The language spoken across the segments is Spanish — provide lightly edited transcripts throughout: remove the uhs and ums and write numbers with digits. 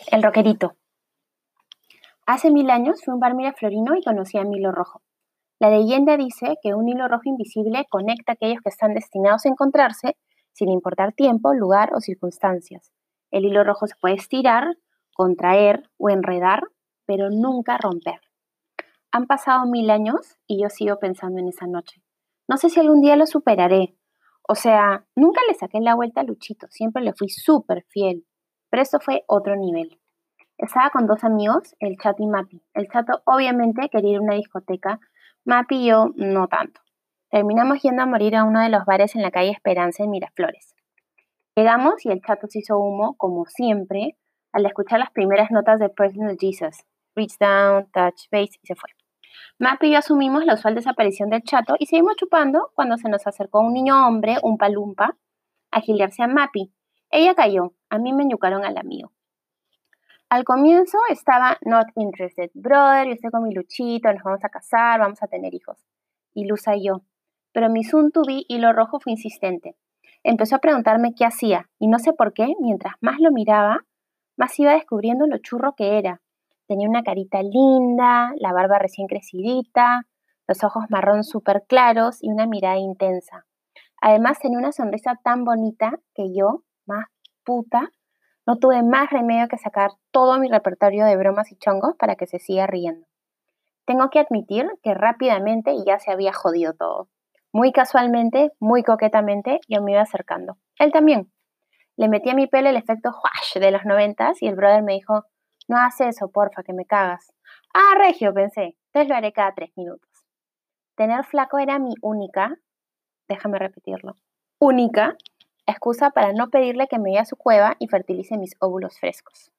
El rockerito. Hace 1000 años fui a un bar miraflorino y conocí a mi hilo rojo. La leyenda dice que un hilo rojo invisible conecta a aquellos que están destinados a encontrarse sin importar tiempo, lugar o circunstancias. El hilo rojo se puede estirar, contraer o enredar, pero nunca romper. Han pasado 1000 años y yo sigo pensando en esa noche. No sé si algún día lo superaré. O sea, nunca le saqué la vuelta a Luchito, siempre le fui súper fiel. Pero esto fue otro nivel. Estaba con dos amigos, el Chato y Mapi. El Chato obviamente quería ir a una discoteca, Mapi y yo no tanto. Terminamos yendo a morir a uno de los bares en la calle Esperanza en Miraflores. Llegamos y el Chato se hizo humo, como siempre, al escuchar las primeras notas de Personal Jesus. Reach down, touch, bass y se fue. Mapi y yo asumimos la usual desaparición del Chato y seguimos chupando cuando se nos acercó un niño hombre, un palumpa, a gilearse a Mapi. Ella cayó, a mí me enyucaron al amigo. Al comienzo estaba not interested. Brother, yo estoy con mi Luchito, nos vamos a casar, vamos a tener hijos. Y Luza y yo. Pero mi soon to be hilo rojo fue insistente. Empezó a preguntarme qué hacía, y no sé por qué, mientras más lo miraba, más iba descubriendo lo churro que era. Tenía una carita linda, la barba recién crecidita, los ojos marrón súper claros y una mirada intensa. Además tenía una sonrisa tan bonita que yo, más puta, no tuve más remedio que sacar todo mi repertorio de bromas y chongos para que se siga riendo. Tengo que admitir que rápidamente ya se había jodido todo. Muy casualmente, muy coquetamente, yo me iba acercando. Él también. Le metí a mi pelo el efecto wash de los 90s y el brother me dijo, no hagas eso, porfa, que me cagas. Ah, regio, pensé, entonces lo haré cada 3 minutos. Tener flaco era mi única, déjame repetirlo, única excusa para no pedirle que me lleve a su cueva y fertilice mis óvulos frescos.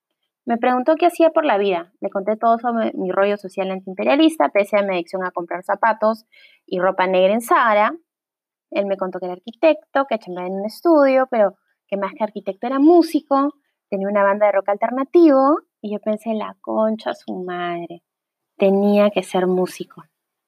Me preguntó qué hacía por la vida. Le conté todo sobre mi rollo social antiimperialista, pese a mi adicción a comprar zapatos y ropa negra en Zara. Él me contó que era arquitecto, que chambeaba en un estudio, pero que más que arquitecto era músico, tenía una banda de rock alternativo, y yo pensé, la concha su madre, tenía que ser músico.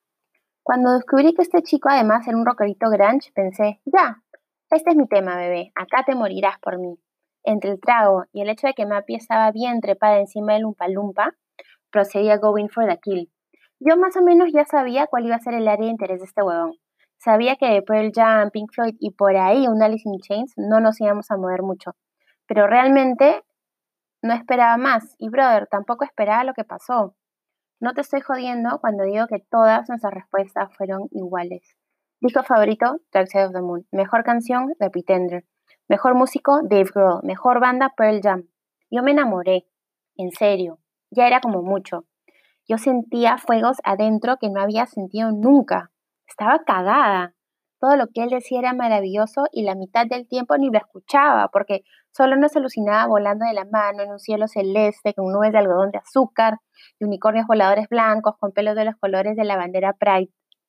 Cuando descubrí que este chico además era un rockerito grunge, pensé, ya, este es mi tema, bebé, acá te morirás por mí. Entre el trago y el hecho de que Mapi estaba bien trepada encima del Lumpa Lumpa, procedía going for the kill. Yo más o menos ya sabía cuál iba a ser el área de interés de este huevón. Sabía que de Pearl Jam, Pink Floyd y por ahí un Alice in Chains no nos íbamos a mover mucho. Pero realmente no esperaba más. Y brother, tampoco esperaba lo que pasó. No te estoy jodiendo cuando digo que todas nuestras respuestas fueron iguales. Disco favorito, Dark Side of the Moon. Mejor canción, The Pretender. Mejor músico, Dave Grohl. Mejor banda, Pearl Jam. Yo me enamoré. En serio. Ya era como mucho. Yo sentía fuegos adentro que no había sentido nunca. Estaba cagada. Todo lo que él decía era maravilloso y la mitad del tiempo ni lo escuchaba porque solo nos alucinaba volando de la mano en un cielo celeste con nubes de algodón de azúcar y unicornios voladores blancos con pelos de los colores de la bandera Pride.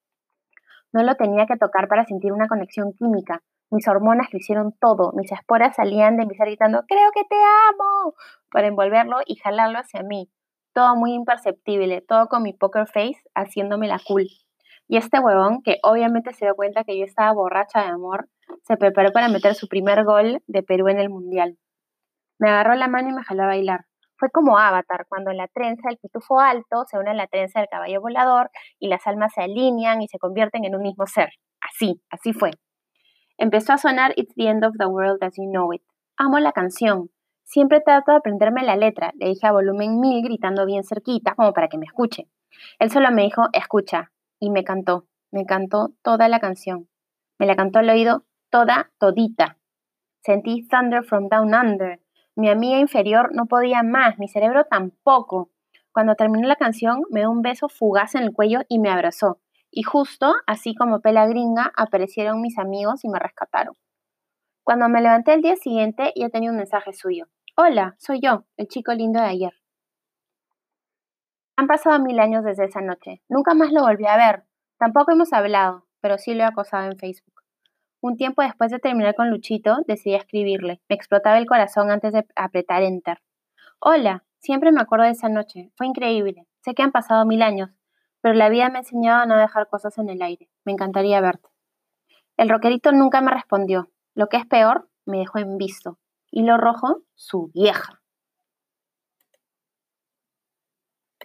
No lo tenía que tocar para sentir una conexión química. Mis hormonas lo hicieron todo. Mis esporas salían de mi ser gritando, creo que te amo, para envolverlo y jalarlo hacia mí. Todo muy imperceptible, todo con mi poker face haciéndome la cool. Y este huevón, que obviamente se dio cuenta que yo estaba borracha de amor, se preparó para meter su primer gol de Perú en el Mundial. Me agarró la mano y me jaló a bailar. Fue como Avatar, cuando la trenza del pitufo alto se une a la trenza del caballo volador y las almas se alinean y se convierten en un mismo ser. Así fue. Empezó a sonar It's the End of the World as You Know It. Amo la canción. Siempre trato de aprenderme la letra. Le dije a volumen 1000 gritando bien cerquita como para que me escuche. Él solo me dijo, escucha. Y me cantó. Me cantó toda la canción. Me la cantó al oído toda, todita. Sentí Thunder from Down Under. Mi amiga inferior no podía más, mi cerebro tampoco. Cuando terminó la canción, me dio un beso fugaz en el cuello y me abrazó. Y justo, así como pela gringa, aparecieron mis amigos y me rescataron. Cuando me levanté el día siguiente, ya tenía un mensaje suyo. Hola, soy yo, el chico lindo de ayer. Han pasado 1000 años desde esa noche. Nunca más lo volví a ver. Tampoco hemos hablado, pero sí lo he acosado en Facebook. Un tiempo después de terminar con Luchito, decidí escribirle. Me explotaba el corazón antes de apretar Enter. Hola, siempre me acuerdo de esa noche. Fue increíble. Sé que han pasado 1000 años, pero la vida me ha enseñado a no dejar cosas en el aire. Me encantaría verte. El rockerito nunca me respondió. Lo que es peor, me dejó en visto. Hilo rojo, su vieja.